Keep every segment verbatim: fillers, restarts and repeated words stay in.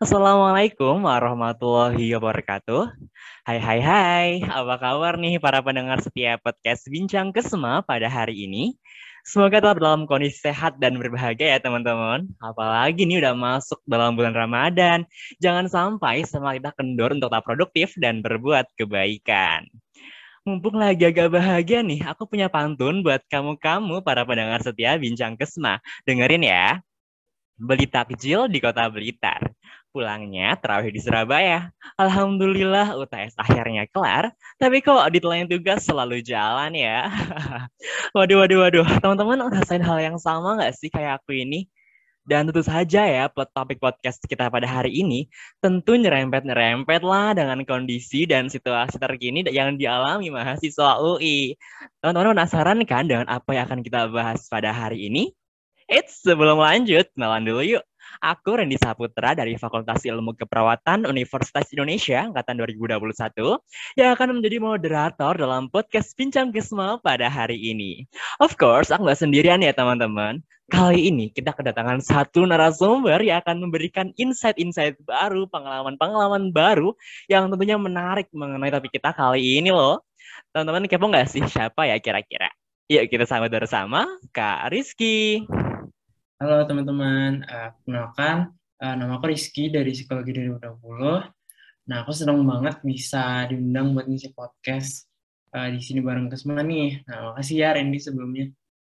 Assalamualaikum warahmatullahi wabarakatuh. Hai hai hai, apa kabar nih para pendengar setiap podcast Bincang Kesema pada hari ini? Semoga tetap dalam kondisi sehat dan berbahagia ya teman-teman. Apalagi nih udah masuk dalam bulan Ramadan. Jangan sampai semangat kita kendor untuk tetap produktif dan berbuat kebaikan. Mumpung lagi agak bahagia nih, aku punya pantun buat kamu-kamu para pendengar setia Bincang Kesema. Dengerin ya. Beli takjil di kota Blitar. Pulangnya terawih di Surabaya. Alhamdulillah U T S akhirnya kelar, tapi kok deadline tugas selalu jalan ya. Waduh, waduh, waduh. Teman-teman ngerasain hal yang sama nggak sih kayak aku ini? Dan tentu saja ya, topik podcast kita pada hari ini tentu nyerempet-nyerempet lah dengan kondisi dan situasi terkini yang dialami mahasiswa U I. Teman-teman penasaran kan dengan apa yang akan kita bahas pada hari ini? Eits, sebelum lanjut, kenalan dulu yuk. Aku Randy Saputra dari Fakultas Ilmu Keperawatan Universitas Indonesia angkatan dua ribu dua puluh satu yang akan menjadi moderator dalam podcast Bincang Kesma pada hari ini. Of course, aku nggak sendirian ya teman-teman. Kali ini kita kedatangan satu narasumber yang akan memberikan insight-insight baru, pengalaman-pengalaman baru yang tentunya menarik mengenai topik kita kali ini loh. Teman-teman kepo nggak sih siapa ya kira-kira? Yuk kita sambut bersama Kak Rizky. Halo teman-teman, uh, kenalkan uh, nama aku Rizky dari Psikologi dua ribu dua puluh. Nah, aku senang banget bisa diundang buat ngisi podcast uh, di sini bareng Kesma nih. Nah, makasih ya Randy sebelumnya.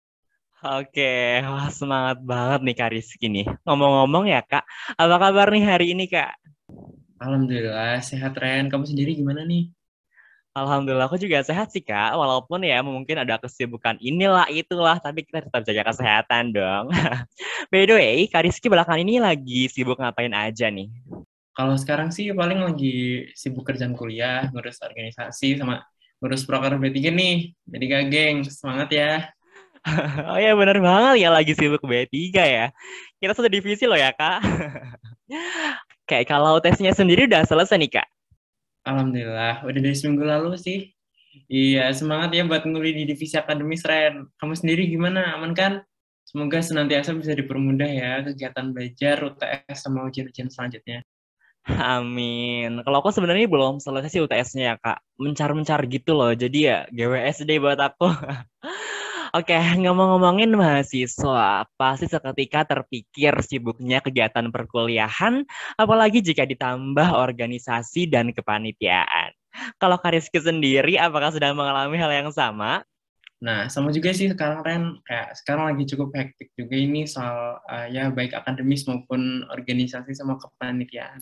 Oke, wah semangat banget nih Kak Rizky nih. Ngomong-ngomong ya Kak, apa kabar nih hari ini Kak? Alhamdulillah, sehat Ren. Kamu sendiri gimana nih? Alhamdulillah aku juga sehat sih Kak, walaupun ya mungkin ada kesibukan inilah itulah, tapi kita tetap jaga kesehatan dong. By the way, Kak Rizky belakangan ini lagi sibuk ngapain aja nih? Kalau sekarang sih paling lagi sibuk kerjaan kuliah, ngurus organisasi, sama ngurus proker B tiga nih. Jadi gak geng, semangat ya. Oh ya bener banget ya lagi sibuk B tiga ya. Kita satu divisi loh ya Kak. Kayak kalau tesnya sendiri udah selesai nih Kak. Alhamdulillah, udah dari seminggu lalu sih. Iya, semangat ya buat nguli di divisi akademis, Ren. Kamu sendiri gimana? Aman kan? Semoga senantiasa bisa dipermudah ya kegiatan belajar, U T S, sama ujian-ujian selanjutnya. Amin. Kalau aku sebenarnya belum selesai sih U T S-nya ya, Kak. Mencar-mencar gitu loh. Jadi ya G W S deh buat aku. Oke, ngomong-ngomongin mahasiswa, pasti seketika terpikir sibuknya kegiatan perkuliahan, apalagi jika ditambah organisasi dan kepanitiaan. Kalau Kak Rizky sendiri, apakah sedang mengalami hal yang sama? Nah, sama juga sih sekarang, Ren. Kayak sekarang lagi cukup hektik juga ini soal uh, ya baik akademis maupun organisasi sama kepanitiaan.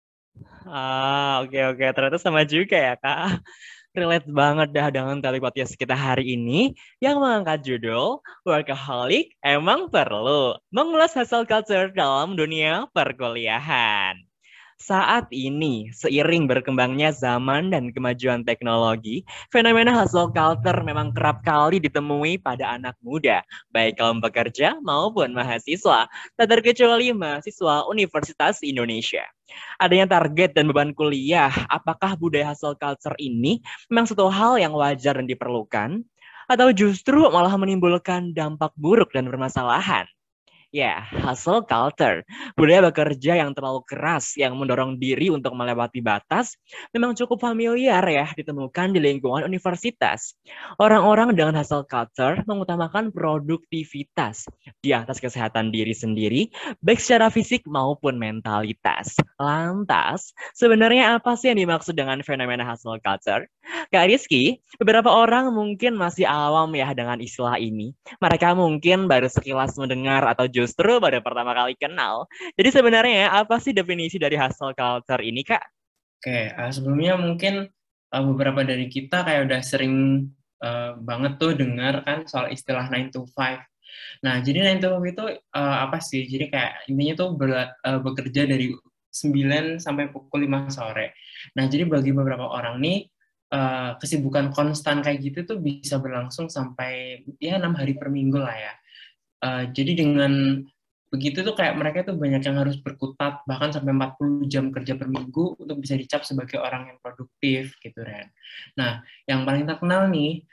Ah, oke oke. Ternyata sama juga ya, Kak. Relate banget dah dengan topik podcast kita hari ini yang mengangkat judul Workaholic Emang Perlu Mengulas Hustle Culture dalam Dunia Perkuliahan. Saat ini, seiring berkembangnya zaman dan kemajuan teknologi, fenomena hustle culture memang kerap kali ditemui pada anak muda, baik kaum pekerja maupun mahasiswa, tak terkecuali mahasiswa Universitas Indonesia. Adanya target dan beban kuliah, apakah budaya hustle culture ini memang satu hal yang wajar dan diperlukan? Atau justru malah menimbulkan dampak buruk dan bermasalahan? Ya, hustle culture. Budaya bekerja yang terlalu keras, yang mendorong diri untuk melewati batas, memang cukup familiar ya ditemukan di lingkungan universitas. Orang-orang dengan hustle culture mengutamakan produktivitas di atas kesehatan diri sendiri, baik secara fisik maupun mentalitas. Lantas, sebenarnya apa sih yang dimaksud dengan fenomena hustle culture? Kak Rizky, beberapa orang mungkin masih awam ya dengan istilah ini. Mereka mungkin baru sekilas mendengar atau justru baru pertama kali kenal. Jadi sebenarnya apa sih definisi dari hustle culture ini, Kak? Oke, uh, sebelumnya mungkin uh, beberapa dari kita kayak udah sering uh, banget tuh dengar kan soal istilah nine to five. Nah, jadi nine to five itu uh, apa sih? Jadi kayak intinya tuh ber, uh, bekerja dari sembilan sampai pukul lima sore. Nah, jadi bagi beberapa orang nih, uh, kesibukan konstan kayak gitu tuh bisa berlangsung sampai ya enam hari per minggu lah ya. Uh, jadi dengan begitu tuh kayak mereka tuh banyak yang harus berkutat bahkan sampai empat puluh jam kerja per minggu untuk bisa dicap sebagai orang yang produktif gitu Ren. Nah, yang paling terkenal nih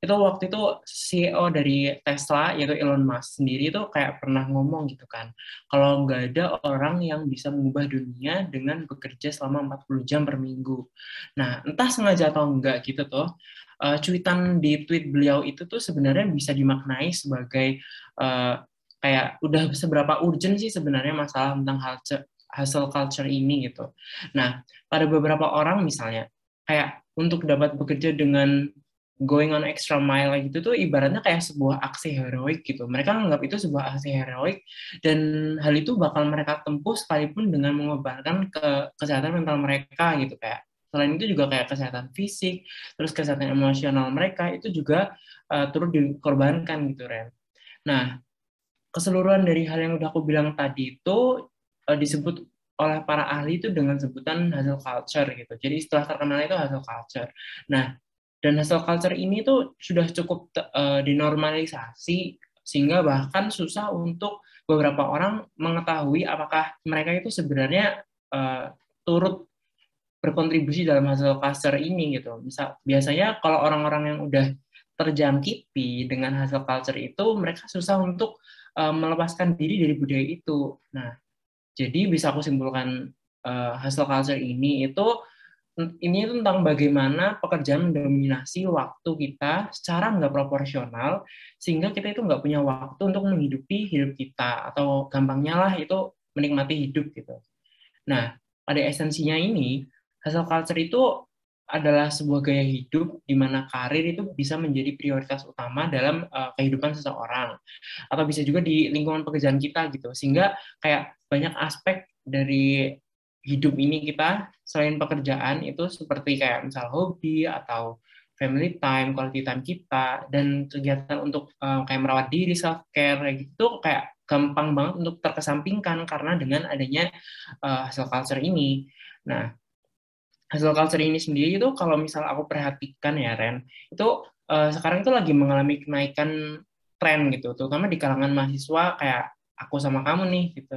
itu waktu itu C E O dari Tesla yaitu Elon Musk sendiri itu kayak pernah ngomong gitu kan, kalau nggak ada orang yang bisa mengubah dunia dengan bekerja selama empat puluh jam per minggu. Nah, entah sengaja atau enggak gitu tuh, uh, cuitan di tweet beliau itu tuh sebenarnya bisa dimaknai sebagai uh, kayak udah seberapa urgent sih sebenarnya masalah tentang hustle, hustle culture ini gitu. Nah, pada beberapa orang misalnya kayak untuk dapat bekerja dengan going on extra mile gitu tuh ibaratnya kayak sebuah aksi heroik gitu. Mereka menganggap itu sebuah aksi heroik dan hal itu bakal mereka tempuh sekalipun dengan mengorbankan ke kesehatan mental mereka gitu kayak. Selain itu juga kayak kesehatan fisik, terus kesehatan emosional mereka itu juga uh, turut dikorbankan gitu, Ren. Nah, keseluruhan dari hal yang udah aku bilang tadi itu uh, disebut oleh para ahli itu dengan sebutan hustle culture gitu. Jadi istilah terkenal itu hustle culture. Nah, dan hustle culture ini tuh sudah cukup uh, dinormalisasi sehingga bahkan susah untuk beberapa orang mengetahui apakah mereka itu sebenarnya uh, turut berkontribusi dalam hustle culture ini gitu. Misal biasanya kalau orang-orang yang udah terjangkiti dengan hustle culture itu mereka susah untuk uh, melepaskan diri dari budaya itu. Nah, jadi bisa aku simpulkan uh, hustle culture ini itu ini tentang bagaimana pekerjaan mendominasi waktu kita secara nggak proporsional sehingga kita itu nggak punya waktu untuk menghidupi hidup kita atau gampangnya lah itu menikmati hidup gitu. Nah, pada esensinya ini hustle culture itu adalah sebuah gaya hidup di mana karir itu bisa menjadi prioritas utama dalam uh, kehidupan seseorang atau bisa juga di lingkungan pekerjaan kita gitu sehingga kayak banyak aspek dari hidup ini kita selain pekerjaan itu seperti kayak misal hobi atau family time, quality time kita dan kegiatan untuk uh, kayak merawat diri, self care kayak gitu kayak gampang banget untuk terkesampingkan karena dengan adanya uh, hustle culture ini. Nah, hustle culture ini sendiri itu kalau misal aku perhatikan ya Ren, itu uh, sekarang itu lagi mengalami kenaikan tren gitu, terutama di kalangan mahasiswa kayak aku sama kamu nih gitu.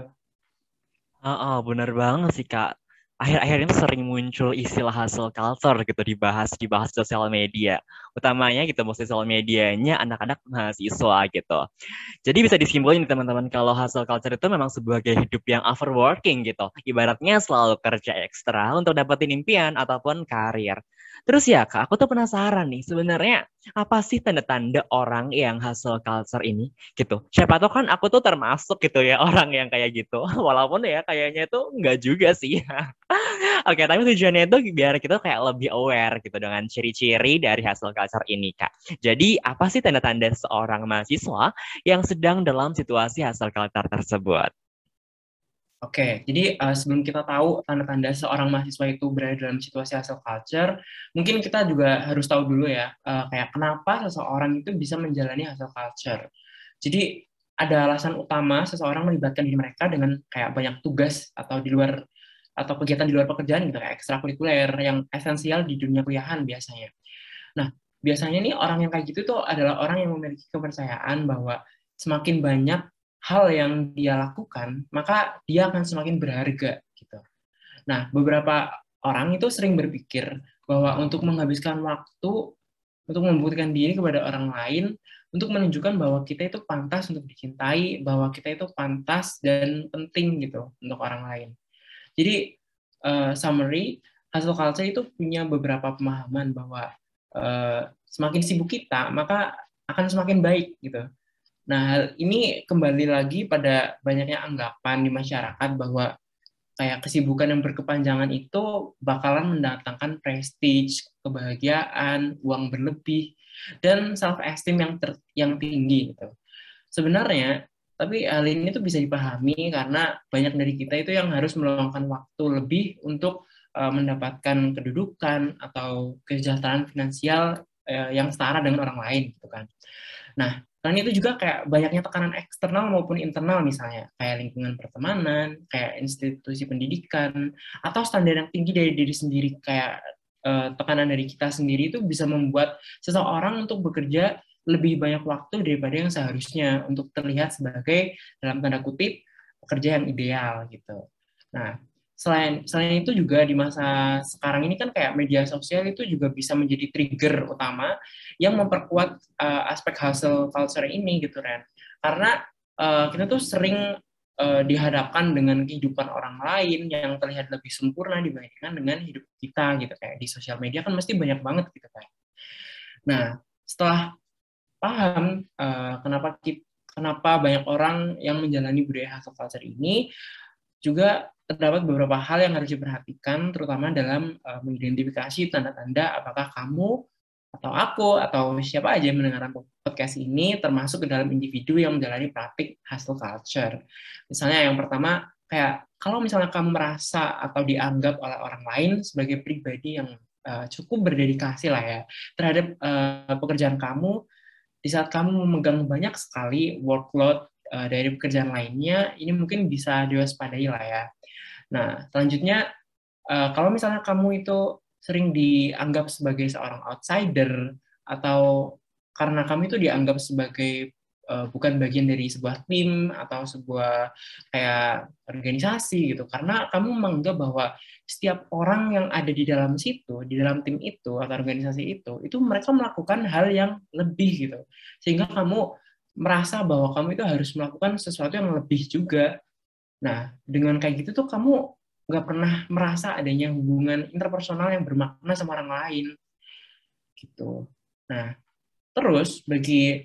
Oh, oh, bener banget sih Kak. Akhir-akhir ini sering muncul istilah hustle culture gitu dibahas dibahas di sosial media. Utamanya gitu, mau sosial medianya anak-anak mahasiswa gitu. Jadi bisa disimpulkan teman-teman kalau hustle culture itu memang sebuah gaya hidup yang overworking gitu. Ibaratnya selalu kerja ekstra untuk dapetin impian ataupun karir. Terus ya Kak, aku tuh penasaran nih sebenarnya apa sih tanda-tanda orang yang hustle culture ini gitu. Siapa tahu kan aku tuh termasuk gitu ya orang yang kayak gitu. Walaupun ya kayaknya itu enggak juga sih. Oke, tapi tujuannya itu biar kita kayak lebih aware gitu dengan ciri-ciri dari hustle culture ini, Kak. Jadi, apa sih tanda-tanda seorang mahasiswa yang sedang dalam situasi hustle culture tersebut? Oke, jadi uh, sebelum kita tahu tanda-tanda seorang mahasiswa itu berada dalam situasi hustle culture, mungkin kita juga harus tahu dulu ya, uh, kayak kenapa seseorang itu bisa menjalani hustle culture. Jadi ada alasan utama seseorang melibatkan diri mereka dengan kayak banyak tugas atau di luar atau kegiatan di luar pekerjaan gitu kayak ekstrakurikuler yang esensial di dunia kuliahan biasanya. Nah, biasanya nih orang yang kayak gitu tuh adalah orang yang memiliki kepercayaan bahwa semakin banyak hal yang dia lakukan, maka dia akan semakin berharga gitu. Nah, beberapa orang itu sering berpikir bahwa untuk menghabiskan waktu, untuk membuktikan diri kepada orang lain, untuk menunjukkan bahwa kita itu pantas untuk dicintai, bahwa kita itu pantas dan penting gitu untuk orang lain. Jadi, uh, summary, hustle culture itu punya beberapa pemahaman bahwa uh, semakin sibuk kita, maka akan semakin baik gitu. Nah, hal ini kembali lagi pada banyaknya anggapan di masyarakat bahwa kayak kesibukan yang berkepanjangan itu bakalan mendatangkan prestige, kebahagiaan, uang berlebih, dan self esteem yang ter, yang tinggi gitu. Sebenarnya, tapi hal ini tuh bisa dipahami karena banyak dari kita itu yang harus meluangkan waktu lebih untuk uh, mendapatkan kedudukan atau kesejahteraan finansial uh, yang setara dengan orang lain gitu kan. Nah, selain itu juga kayak banyaknya tekanan eksternal maupun internal misalnya, kayak lingkungan pertemanan, kayak institusi pendidikan, atau standar yang tinggi dari diri sendiri, kayak eh, tekanan dari kita sendiri itu bisa membuat seseorang untuk bekerja lebih banyak waktu daripada yang seharusnya untuk terlihat sebagai dalam tanda kutip pekerja yang ideal gitu. Nah, selain selain itu juga di masa sekarang ini kan kayak media sosial itu juga bisa menjadi trigger utama yang memperkuat uh, aspek hustle culture ini gitu Ren. Karena uh, kita tuh sering uh, dihadapkan dengan kehidupan orang lain yang terlihat lebih sempurna dibandingkan dengan hidup kita gitu, kayak di sosial media kan mesti banyak banget gitu kan. Nah, setelah paham uh, kenapa kita, kenapa banyak orang yang menjalani budaya hustle culture ini, juga terdapat beberapa hal yang harus diperhatikan, terutama dalam uh, mengidentifikasi tanda-tanda apakah kamu atau aku atau siapa aja yang mendengarkan podcast ini termasuk ke dalam individu yang menjalani praktik hustle culture. Misalnya yang pertama, kayak kalau misalnya kamu merasa atau dianggap oleh orang lain sebagai pribadi yang uh, cukup berdedikasi lah ya terhadap uh, pekerjaan kamu, di saat kamu memegang banyak sekali workload uh, dari pekerjaan lainnya, ini mungkin bisa diwaspadai lah ya. Nah, selanjutnya, uh, kalau misalnya kamu itu sering dianggap sebagai seorang outsider, atau karena kamu itu dianggap sebagai uh, bukan bagian dari sebuah tim, atau sebuah kayak organisasi gitu, karena kamu menganggap bahwa setiap orang yang ada di dalam situ, di dalam tim itu atau organisasi itu, itu mereka melakukan hal yang lebih gitu, sehingga kamu merasa bahwa kamu itu harus melakukan sesuatu yang lebih juga. Nah, dengan kayak gitu tuh kamu nggak pernah merasa adanya hubungan interpersonal yang bermakna sama orang lain gitu. Nah, terus bagi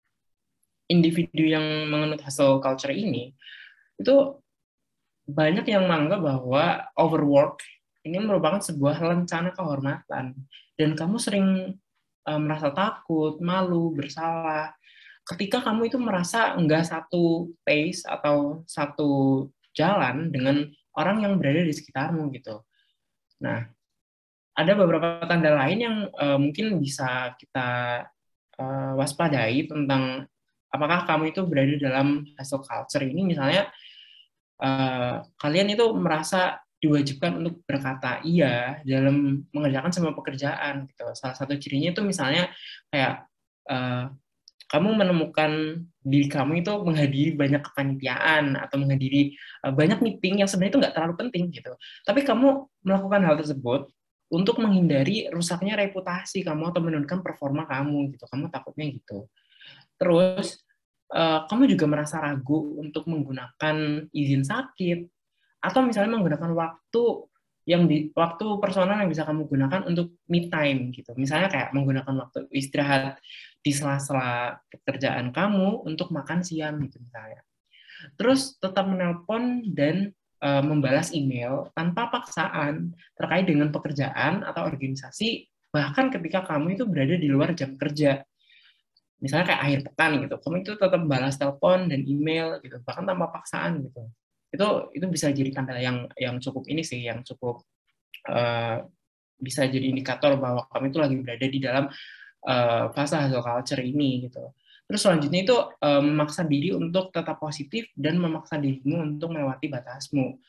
individu yang menganut hustle culture ini, itu banyak yang menganggap bahwa overwork ini merupakan sebuah lencana kehormatan, dan kamu sering uh, merasa takut, malu, bersalah ketika kamu itu merasa enggak satu pace atau satu jalan dengan orang yang berada di sekitarmu gitu. Nah, ada beberapa tanda lain yang uh, mungkin bisa kita uh, waspadai tentang apakah kamu itu berada dalam hustle culture ini. Misalnya Uh, kalian itu merasa diwajibkan untuk berkata iya dalam mengerjakan semua pekerjaan gitu. Salah satu cirinya itu misalnya kayak uh, kamu menemukan diri kamu itu menghadiri banyak kepanitiaan atau menghadiri uh, banyak meeting yang sebenarnya itu nggak terlalu penting gitu. Tapi kamu melakukan hal tersebut untuk menghindari rusaknya reputasi kamu atau menurunkan performa kamu gitu. Kamu takutnya gitu. Terus Uh, kamu juga merasa ragu untuk menggunakan izin sakit atau misalnya menggunakan waktu yang di waktu personal yang bisa kamu gunakan untuk me time gitu. Misalnya kayak menggunakan waktu istirahat di sela-sela pekerjaan kamu untuk makan siang gitu misalnya. Terus tetap menelpon dan uh, membalas email tanpa paksaan terkait dengan pekerjaan atau organisasi, bahkan ketika kamu itu berada di luar jam kerja. Misalnya kayak akhir pekan gitu, kamu itu tetap balas telepon dan email gitu, bahkan tanpa paksaan gitu. Itu itu bisa jadi tanda yang yang cukup ini sih, yang cukup uh, bisa jadi indikator bahwa kamu itu lagi berada di dalam uh, fase hustle culture ini gitu. Terus selanjutnya itu uh, memaksa diri untuk tetap positif dan memaksa dirimu untuk melewati batasmu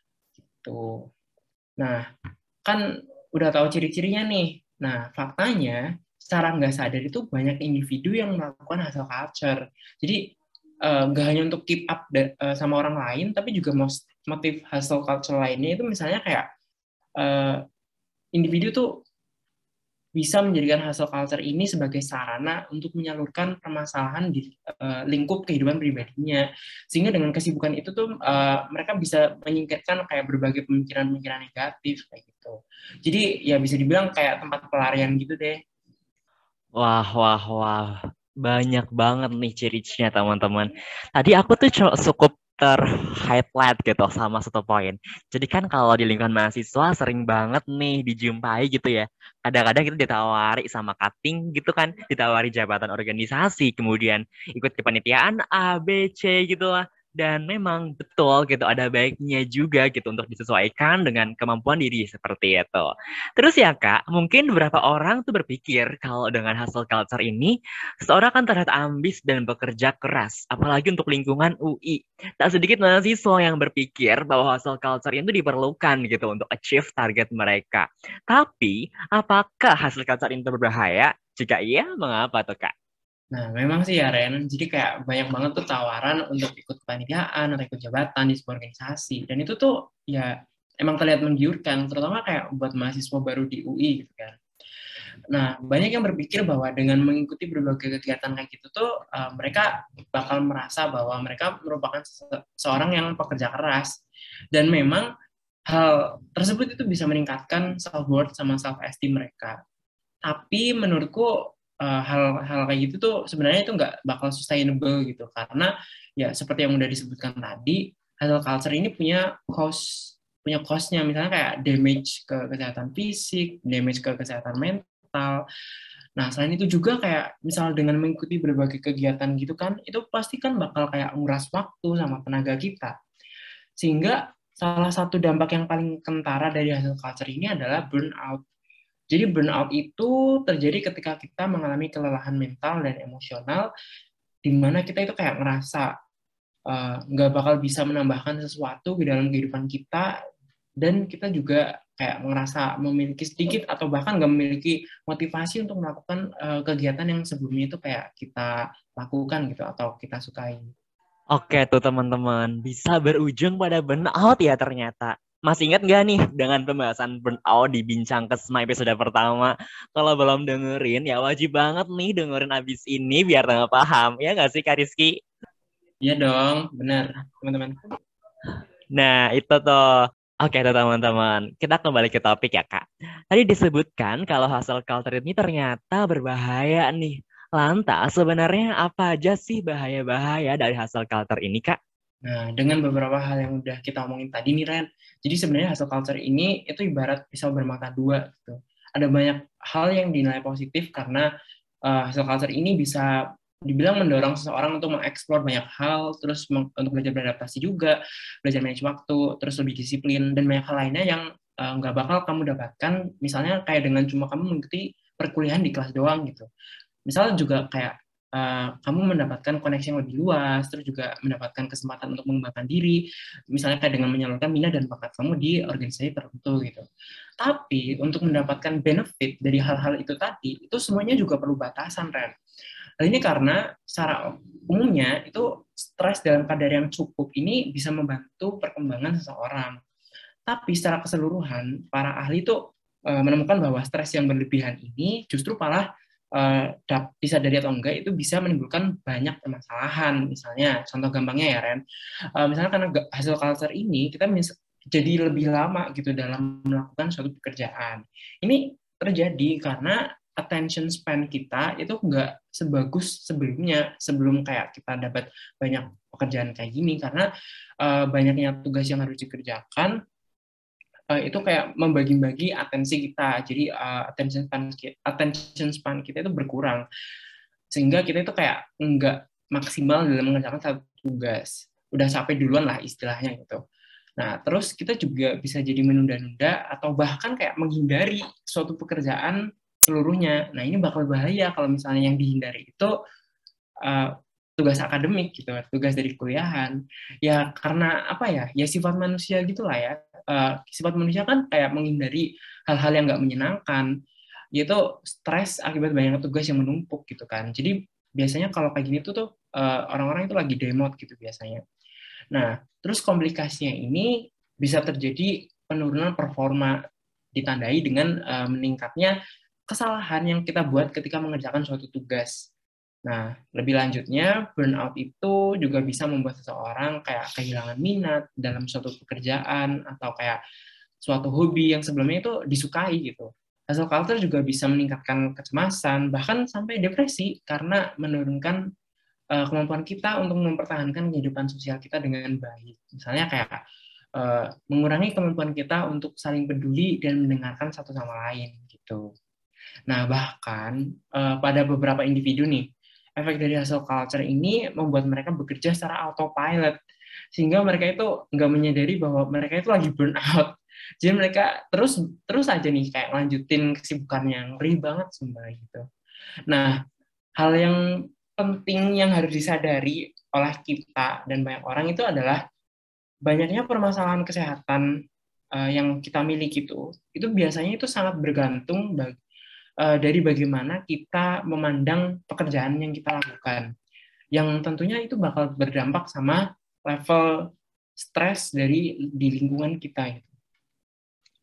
gitu. Nah, kan udah tahu ciri-cirinya nih. Nah, faktanya secara nggak sadar itu banyak individu yang melakukan hustle culture. Jadi nggak uh, hanya untuk keep up de, uh, sama orang lain, tapi juga motif hustle culture lainnya itu misalnya kayak uh, individu tuh bisa menjadikan hustle culture ini sebagai sarana untuk menyalurkan permasalahan di uh, lingkup kehidupan pribadinya. Sehingga dengan kesibukan itu tuh uh, mereka bisa menyingkirkan kayak berbagai pemikiran-pemikiran negatif kayak gitu. Jadi ya bisa dibilang kayak tempat pelarian gitu deh. Wah, wah, wah. Banyak banget nih ciri-cirinya teman-teman. Tadi aku tuh cukup ter-highlight gitu sama satu poin. Jadi kan kalau di lingkungan mahasiswa sering banget nih dijumpai gitu ya. Kadang-kadang kita ditawari sama cutting gitu kan, ditawari jabatan organisasi, kemudian ikut kepanitiaan A, B, C gitu lah. Dan memang betul gitu, ada baiknya juga gitu untuk disesuaikan dengan kemampuan diri seperti itu. Terus ya Kak, mungkin beberapa orang tuh berpikir kalau dengan hustle culture ini, seseorang akan terlihat ambis dan bekerja keras, apalagi untuk lingkungan U I. Tak sedikit mahasiswa yang berpikir bahwa hustle culture itu diperlukan gitu untuk achieve target mereka. Tapi, apakah hustle culture itu berbahaya? Jika iya, mengapa tuh Kak? Nah, memang sih ya, Ren. Jadi kayak banyak banget tuh tawaran untuk ikut kepanitiaan atau ikut jabatan di sebuah organisasi. Dan itu tuh ya emang terlihat menggiurkan, terutama kayak buat mahasiswa baru di U I gitu kan. Nah, banyak yang berpikir bahwa dengan mengikuti berbagai kegiatan kayak gitu tuh, uh, mereka bakal merasa bahwa mereka merupakan se- seorang yang pekerja keras. Dan memang hal tersebut itu bisa meningkatkan self-worth sama self-esteem mereka. Tapi menurutku uh, hal-hal kayak gitu tuh sebenarnya itu nggak bakal sustainable gitu. Karena ya seperti yang udah disebutkan tadi, hustle culture ini punya cost punya cost-nya, misalnya kayak damage ke kesehatan fisik, damage ke kesehatan mental. Nah, selain itu juga kayak misal dengan mengikuti berbagai kegiatan gitu kan, itu pasti kan bakal kayak nguras waktu sama tenaga kita. Sehingga salah satu dampak yang paling kentara dari hasil culture ini adalah burnout. Jadi burnout itu terjadi ketika kita mengalami kelelahan mental dan emosional, di mana kita itu kayak ngerasa uh, nggak bakal bisa menambahkan sesuatu di dalam kehidupan kita, dan kita juga kayak ngerasa memiliki sedikit atau bahkan nggak memiliki motivasi untuk melakukan uh, kegiatan yang sebelumnya itu kayak kita lakukan gitu atau kita sukai. Oke tuh teman-teman, bisa berujung pada burnout ya ternyata. Masih ingat nggak nih dengan pembahasan burnout di Bincang Kesma episode pertama? Kalau belum dengerin, ya wajib banget nih dengerin abis ini biar nggak paham. Ya nggak sih Kak Rizky? Iya dong, benar teman-teman. Nah, itu tuh. Oke tuh teman-teman, kita kembali ke topik ya Kak. Tadi disebutkan kalau hasil culture ini ternyata berbahaya nih. Lantas sebenarnya apa aja sih bahaya-bahaya dari hasil culture ini Kak? Nah, dengan beberapa hal yang udah kita omongin tadi nih, Ren. Jadi sebenarnya hasil culture ini itu ibarat pisau bermata dua gitu. Ada banyak hal yang dinilai positif karena uh, hasil culture ini bisa dibilang mendorong seseorang untuk mengeksplor banyak hal, terus untuk belajar beradaptasi juga, belajar manage waktu, terus lebih disiplin, dan banyak hal lainnya yang uh, nggak bakal kamu dapatkan, misalnya kayak dengan cuma kamu mengikuti perkuliahan di kelas doang gitu. Misalnya juga kayak uh, kamu mendapatkan koneksi yang lebih luas, terus juga mendapatkan kesempatan untuk mengembangkan diri, misalnya kayak dengan menyalurkan minat dan bakat kamu di organisasi tertentu gitu. Tapi untuk mendapatkan benefit dari hal-hal itu tadi, itu semuanya juga perlu batasan, Ren. Hal ini karena secara umumnya itu stres dalam kadar yang cukup ini bisa membantu perkembangan seseorang. Tapi secara keseluruhan, para ahli itu uh, menemukan bahwa stres yang berlebihan ini justru malah uh, disadari atau enggak itu bisa menimbulkan banyak permasalahan. Misalnya, contoh gampangnya ya Ren, uh, misalnya karena hasil culture ini kita jadi lebih lama gitu dalam melakukan suatu pekerjaan. Ini terjadi karena attention span kita itu enggak sebagus sebelumnya, sebelum kayak kita dapat banyak pekerjaan kayak gini, karena uh, banyaknya tugas yang harus dikerjakan itu kayak membagi-bagi atensi kita. Jadi uh, attention span attention span kita itu berkurang, sehingga kita itu kayak nggak maksimal dalam mengerjakan satu tugas. Udah capek duluan lah istilahnya gitu. Nah, terus kita juga bisa jadi menunda-nunda atau bahkan kayak menghindari suatu pekerjaan seluruhnya. Nah, ini bakal bahaya kalau misalnya yang dihindari itu uh, tugas akademik gitu, tugas dari kuliahan. Ya karena apa ya? Ya sifat manusia gitulah ya. Uh, sifat manusia kan kayak menghindari hal-hal yang nggak menyenangkan, yaitu stres akibat banyak tugas yang menumpuk gitu kan. Jadi biasanya kalau kayak gini tuh tuh uh, orang-orang itu lagi demot gitu biasanya. Nah, terus komplikasinya ini bisa terjadi penurunan performa ditandai dengan uh, meningkatnya kesalahan yang kita buat ketika mengerjakan suatu tugas. Nah, lebih lanjutnya, burnout itu juga bisa membuat seseorang kayak kehilangan minat dalam suatu pekerjaan atau kayak suatu hobi yang sebelumnya itu disukai gitu. Hustle culture juga bisa meningkatkan kecemasan, bahkan sampai depresi karena menurunkan uh, kemampuan kita untuk mempertahankan kehidupan sosial kita dengan baik. Misalnya kayak uh, mengurangi kemampuan kita untuk saling peduli dan mendengarkan satu sama lain gitu. Nah, bahkan uh, pada beberapa individu nih, efek dari hustle culture ini membuat mereka bekerja secara autopilot, sehingga mereka itu nggak menyadari bahwa mereka itu lagi burn out. Jadi mereka terus terus aja nih kayak lanjutin kesibukan yang ngeri banget sebenarnya gitu. Nah, hal yang penting yang harus disadari oleh kita dan banyak orang itu adalah banyaknya permasalahan kesehatan uh, yang kita miliki itu, itu biasanya itu sangat bergantung bagi dari bagaimana kita memandang pekerjaan yang kita lakukan, yang tentunya itu bakal berdampak sama level stres dari di lingkungan kita.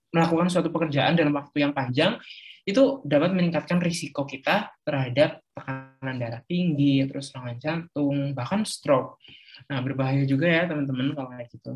melakukan suatu pekerjaan dalam waktu yang panjang, itu dapat meningkatkan risiko kita terhadap tekanan darah tinggi, terus serangan jantung, bahkan stroke. Nah, berbahaya juga ya teman-teman kalau kayak gitu.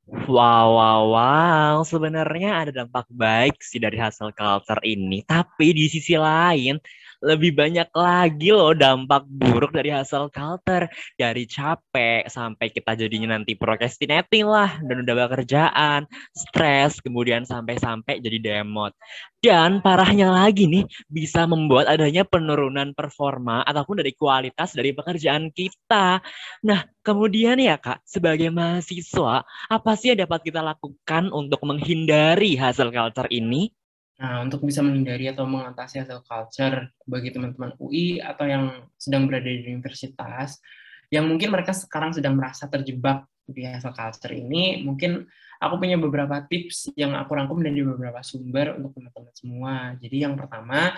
Wow, wow, wow. Sebenarnya ada dampak baik sih dari hustle culture ini. Tapi di sisi lain, lebih banyak lagi loh dampak buruk dari hustle culture. Dari capek sampai kita jadinya nanti procrastinating lah. Dan udah bekerjaan, stres, kemudian sampai-sampai jadi demot. Dan parahnya lagi nih, bisa membuat adanya penurunan performa ataupun dari kualitas dari pekerjaan kita. Nah, kemudian ya Kak, sebagai mahasiswa, apa sih yang dapat kita lakukan untuk menghindari hustle culture ini? Nah, untuk bisa menghindari atau mengatasi hustle culture bagi teman-teman U I atau yang sedang berada di universitas, yang mungkin mereka sekarang sedang merasa terjebak di hustle culture ini, mungkin aku punya beberapa tips yang aku rangkum dari beberapa sumber untuk teman-teman semua. Jadi yang pertama,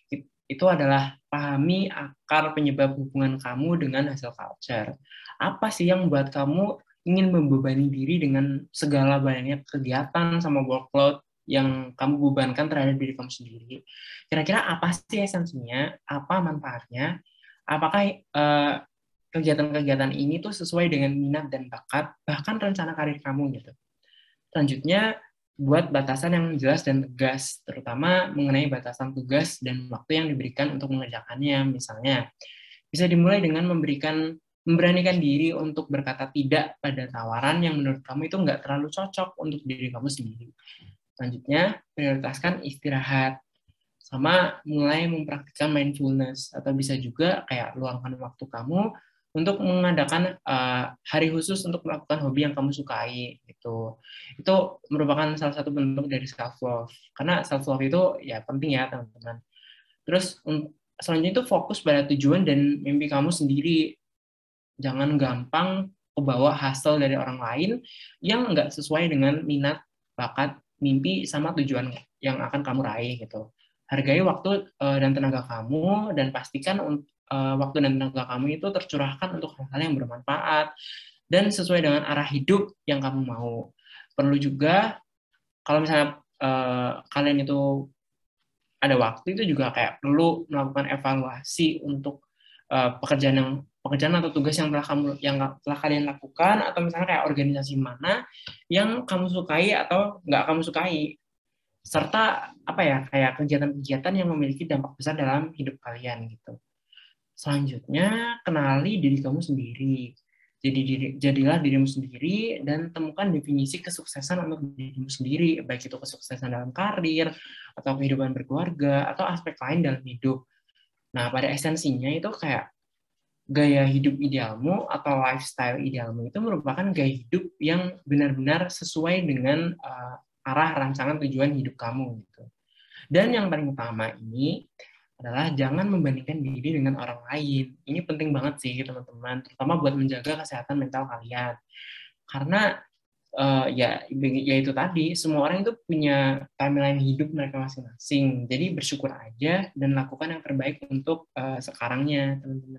itu adalah pahami akar penyebab hubungan kamu dengan hustle culture. Apa sih yang membuat kamu ingin membebani diri dengan segala banyaknya kegiatan sama workload yang kamu bebankan terhadap diri kamu sendiri? Kira-kira apa sih esensinya? Apa manfaatnya? Apakah uh, kegiatan-kegiatan ini tuh sesuai dengan minat dan bakat, bahkan rencana karir kamu gitu? Selanjutnya, buat batasan yang jelas dan tegas, terutama mengenai batasan tugas dan waktu yang diberikan untuk mengerjakannya. Misalnya, bisa dimulai dengan memberikan memberanikan diri untuk berkata tidak pada tawaran yang menurut kamu itu nggak terlalu cocok untuk diri kamu sendiri. Selanjutnya, prioritaskan istirahat, sama mulai mempraktikkan mindfulness, atau bisa juga kayak luangkan waktu kamu untuk mengadakan uh, hari khusus untuk melakukan hobi yang kamu sukai gitu. Itu merupakan salah satu bentuk dari self love. Karena self love itu ya penting ya teman-teman. Terus um, selanjutnya itu fokus pada tujuan dan mimpi kamu sendiri. Jangan gampang kebawa hasil dari orang lain yang nggak sesuai dengan minat, bakat, mimpi sama tujuan yang akan kamu raih gitu. Hargai waktu uh, dan tenaga kamu dan pastikan uh, waktu dan tenaga kamu itu tercurahkan untuk hal-hal yang bermanfaat dan sesuai dengan arah hidup yang kamu mau. Perlu juga kalau misalnya uh, kalian itu ada waktu, itu juga kayak perlu melakukan evaluasi untuk uh, pekerjaan yang pekerjaan atau tugas yang telah kamu yang telah kalian lakukan, atau misalnya kayak organisasi mana yang kamu sukai atau nggak kamu sukai, serta apa ya kayak kegiatan-kegiatan yang memiliki dampak besar dalam hidup kalian gitu. Selanjutnya, kenali diri kamu sendiri. Jadi diri, jadilah dirimu sendiri dan temukan definisi kesuksesan untuk dirimu sendiri, baik itu kesuksesan dalam karir, atau kehidupan berkeluarga, atau aspek lain dalam hidup. Nah, pada esensinya itu kayak gaya hidup idealmu atau lifestyle idealmu itu merupakan gaya hidup yang benar-benar sesuai dengan uh, arah rancangan tujuan hidup kamu gitu. Dan yang paling utama ini adalah jangan membandingkan diri dengan orang lain. Ini penting banget sih teman-teman, terutama buat menjaga kesehatan mental kalian. Karena uh, ya ya itu tadi, semua orang itu punya timeline hidup mereka masing-masing. Jadi bersyukur aja dan lakukan yang terbaik untuk uh, sekarangnya, teman-teman.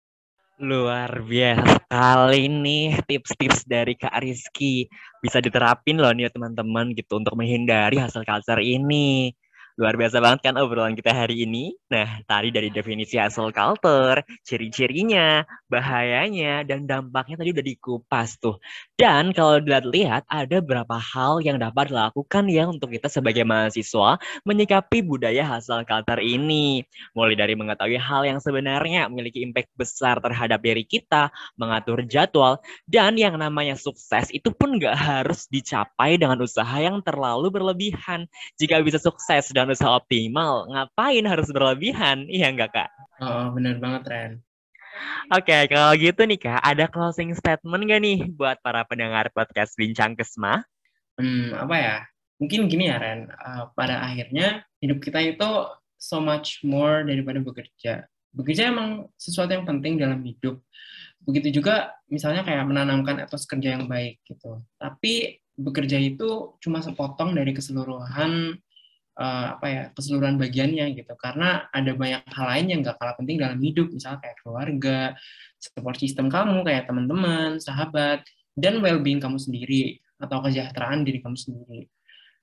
Luar biasa sekali nih tips-tips dari Kak Rizky. Bisa diterapin loh nih teman-teman gitu untuk menghindari hustle culture ini. Luar biasa banget kan obrolan kita hari ini. Nah, tadi dari definisi hustle culture, ciri-cirinya, bahayanya, dan dampaknya tadi udah dikupas tuh. Dan kalau dilihat-lihat, ada beberapa hal yang dapat dilakukan ya untuk kita sebagai mahasiswa menyikapi budaya hustle culture ini. Mulai dari mengetahui hal yang sebenarnya memiliki impact besar terhadap diri kita, mengatur jadwal, dan yang namanya sukses itu pun nggak harus dicapai dengan usaha yang terlalu berlebihan. Jika bisa sukses dan usaha optimal, ngapain harus berlebihan? Iya nggak, Kak? Oh, benar banget, Ren. Oke, kalau gitu nih, Kak, ada closing statement nggak nih buat para pendengar podcast Bincang Kesma? Hmm, apa ya? Mungkin gini ya, Ren. Uh, pada akhirnya, hidup kita itu so much more daripada bekerja. Bekerja emang sesuatu yang penting dalam hidup. Begitu juga misalnya kayak menanamkan etos kerja yang baik gitu. Tapi bekerja itu cuma sepotong dari keseluruhan uh, apa ya keseluruhan bagiannya gitu. Karena ada banyak hal lain yang gak kalah penting dalam hidup, misalnya kayak keluarga, support system kamu kayak teman-teman, sahabat, dan well-being kamu sendiri atau kesejahteraan diri kamu sendiri.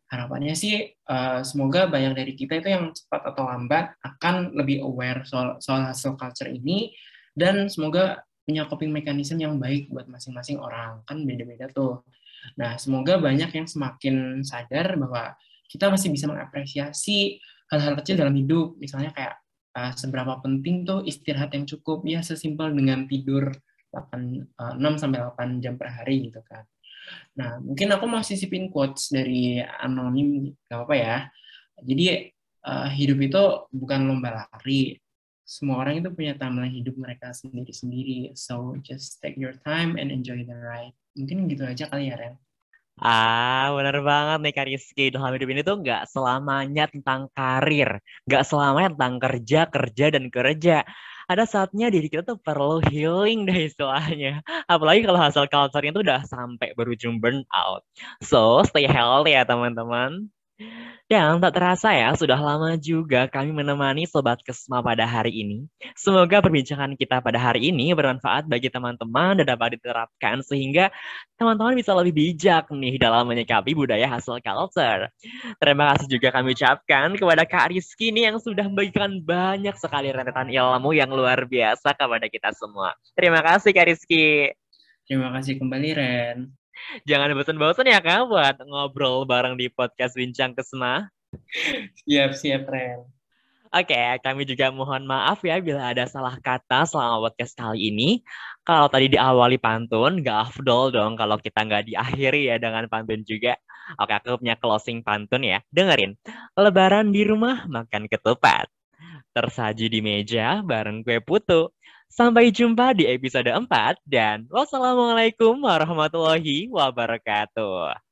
harapannya sih uh, semoga banyak dari kita itu yang cepat atau lambat akan lebih aware soal soal hustle culture ini, dan semoga punya coping mechanism yang baik buat masing-masing orang, kan beda-beda tuh. Nah, semoga banyak yang semakin sadar bahwa kita masih bisa mengapresiasi hal-hal kecil dalam hidup, misalnya kayak uh, seberapa penting tuh istirahat yang cukup, ya sesimpel dengan tidur delapan, uh, enam sampai delapan jam per hari gitu kan. Nah, mungkin aku mau sisipin quotes dari anonim, gak apa-apa ya. Jadi, uh, hidup itu bukan lomba lari. Semua orang itu punya timeline hidup mereka sendiri-sendiri. So, just take your time and enjoy the ride. Mungkin gitu aja kali ya, Ren. Ah, benar banget nih Kak Rizky. Dalam hidup ini tuh nggak selamanya tentang karir. Nggak selamanya tentang kerja, kerja, dan kerja. Ada saatnya diri kita tuh perlu healing deh istilahnya. Apalagi kalau hasil culture-nya tuh udah sampai berujung burnout. So, stay healthy ya teman-teman. Dan tak terasa ya, sudah lama juga kami menemani Sobat Kesma pada hari ini. Semoga perbincangan kita pada hari ini bermanfaat bagi teman-teman dan dapat diterapkan sehingga teman-teman bisa lebih bijak nih dalam menyikapi budaya hustle culture. Terima kasih juga kami ucapkan kepada Kak Rizky nih yang sudah memberikan banyak sekali rentetan ilmu yang luar biasa kepada kita semua. Terima kasih Kak Rizky. Terima kasih kembali, Ren. Jangan bosan-bosan ya Kak buat ngobrol bareng di podcast Bincang Kesma. Siap-siap, Ren. Oke, kami juga mohon maaf ya bila ada salah kata selama podcast kali ini. Kalau tadi diawali pantun, gak afdol dong kalau kita nggak diakhiri ya dengan pantun juga. Oke, aku punya closing pantun ya. Dengerin. Lebaran di rumah makan ketupat. Tersaji di meja bareng kue putu. Sampai jumpa di episode empat dan wassalamualaikum warahmatullahi wabarakatuh.